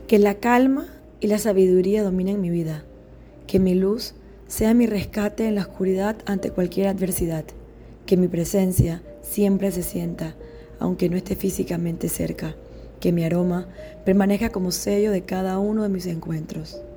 Que la calma y la sabiduría dominen mi vida. Que mi luz sea mi rescate en la oscuridad ante cualquier adversidad. Que mi presencia siempre se sienta, aunque no esté físicamente cerca. Que mi aroma permanezca como sello de cada uno de mis encuentros.